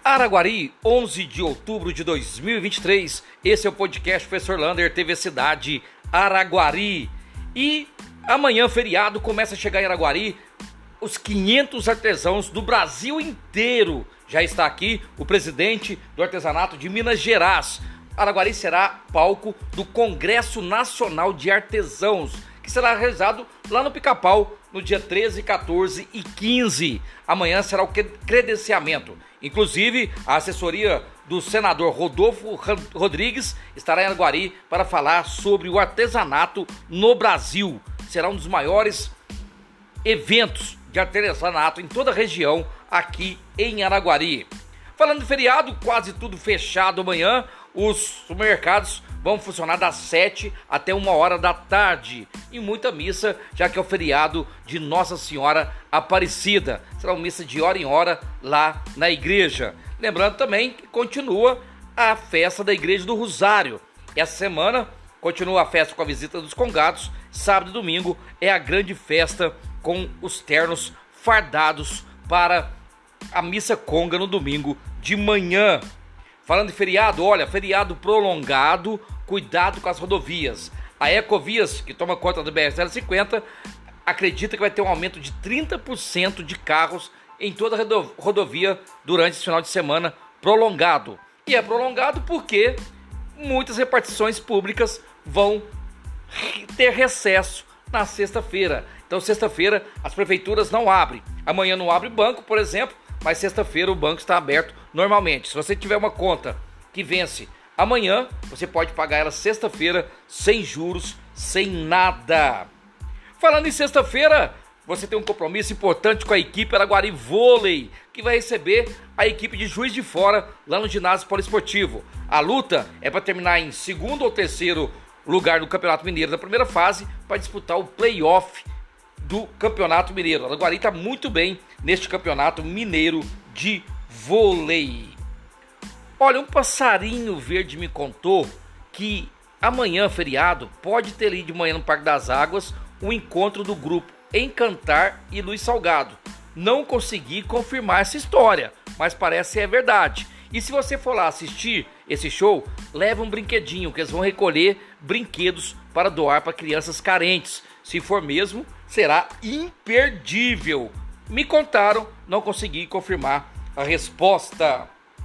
Araguari, 11 de outubro de 2023, esse é o podcast Professor Lander, TV Cidade Araguari. E amanhã, feriado, começa a chegar em Araguari os 500 artesãos do Brasil inteiro. Já está aqui o presidente do artesanato de Minas Gerais. Araguari será palco do Congresso Nacional de Artesãos, que será realizado lá no Pica-Pau, no dia 13, 14 e 15. Amanhã será o credenciamento. Inclusive, a assessoria do senador Rodolfo Rodrigues estará em Araguari para falar sobre o artesanato no Brasil. Será um dos maiores eventos de artesanato em toda a região aqui em Araguari. Falando de feriado, quase tudo fechado amanhã. Os supermercados vão funcionar das 7 até 1 hora da tarde. E muita missa, já que é o feriado de Nossa Senhora Aparecida. Será uma missa de hora em hora lá na igreja. Lembrando também que continua a festa da Igreja do Rosário. Essa semana continua a festa com a visita dos congados. Sábado e domingo é a grande festa com os ternos fardados para a missa conga no domingo de manhã. Falando de feriado, olha, feriado prolongado, cuidado com as rodovias. A Ecovias, que toma conta do BR-050, acredita que vai ter um aumento de 30% de carros em toda a rodovia durante esse final de semana prolongado. E é prolongado porque muitas repartições públicas vão ter recesso na sexta-feira. Então, sexta-feira, as prefeituras não abrem. Amanhã não abre banco, por exemplo, mas sexta-feira o banco está aberto normalmente. Se você tiver uma conta que vence amanhã, você pode pagar ela sexta-feira sem juros, sem nada. Falando em sexta-feira, você tem um compromisso importante com a equipe Araguari Vôlei, que vai receber a equipe de Juiz de Fora lá no ginásio poliesportivo. A luta é para terminar em segundo ou terceiro lugar do Campeonato Mineiro da primeira fase para disputar o play-off do Campeonato Mineiro. Araguari está muito bem neste Campeonato Mineiro de Vôlei. Olha, um passarinho verde me contou que amanhã, feriado, pode ter ali de manhã no Parque das Águas um encontro do grupo Encantar e Luiz Salgado. Não consegui confirmar essa história, mas parece ser verdade. E se você for lá assistir esse show, leva um brinquedinho, que eles vão recolher brinquedos para doar para crianças carentes. Se for mesmo, será imperdível. Me contaram, não consegui confirmar a resposta.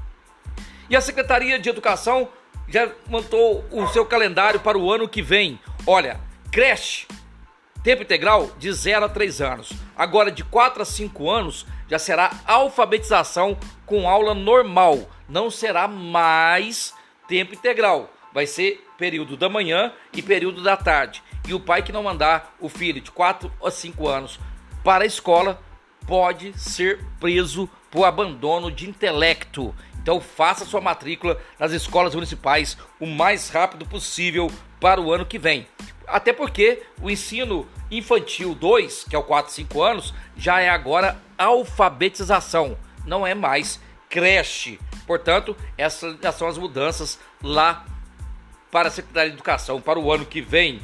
E a Secretaria de Educação já montou o seu calendário para o ano que vem. Olha, creche, tempo integral de 0 a 3 anos. Agora de 4 a 5 anos já será alfabetização com aula normal. Não será mais tempo integral. Vai ser período da manhã e período da tarde. E o pai que não mandar o filho de 4 a 5 anos para a escola pode ser preso por abandono de intelecto. Então faça sua matrícula nas escolas municipais o mais rápido possível para o ano que vem. Até porque o ensino infantil 2, que é o 4 a 5 anos, já é agora alfabetização, não é mais creche. Portanto, essas já são as mudanças lá para a Secretaria de Educação para o ano que vem.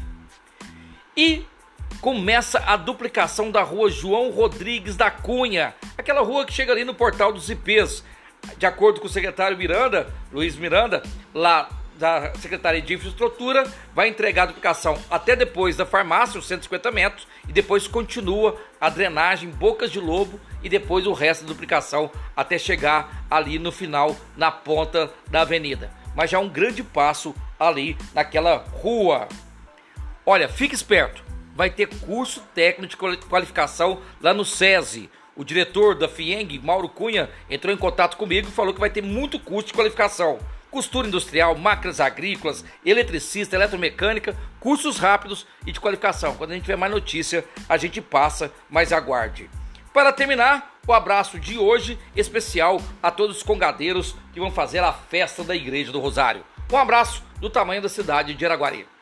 E começa a duplicação da rua João Rodrigues da Cunha, aquela rua que chega ali no Portal dos IPs. De acordo com o secretário Luiz Miranda, lá da Secretaria de Infraestrutura, vai entregar a duplicação até depois da farmácia, os 150 metros, e depois continua a drenagem Bocas de Lobo e depois o resto da duplicação até chegar ali no final, na ponta da avenida. Mas já um grande passo ali naquela rua. Olha, fique esperto, vai ter curso técnico de qualificação lá no SESI. O diretor da FIENG, Mauro Cunha, entrou em contato comigo e falou que vai ter muito curso de qualificação. Costura industrial, máquinas agrícolas, eletricista, eletromecânica, cursos rápidos e de qualificação. Quando a gente tiver mais notícia, a gente passa, mas aguarde. Para terminar, o abraço de hoje especial a todos os congadeiros que vão fazer a festa da Igreja do Rosário. Um abraço do tamanho da cidade de Araguari.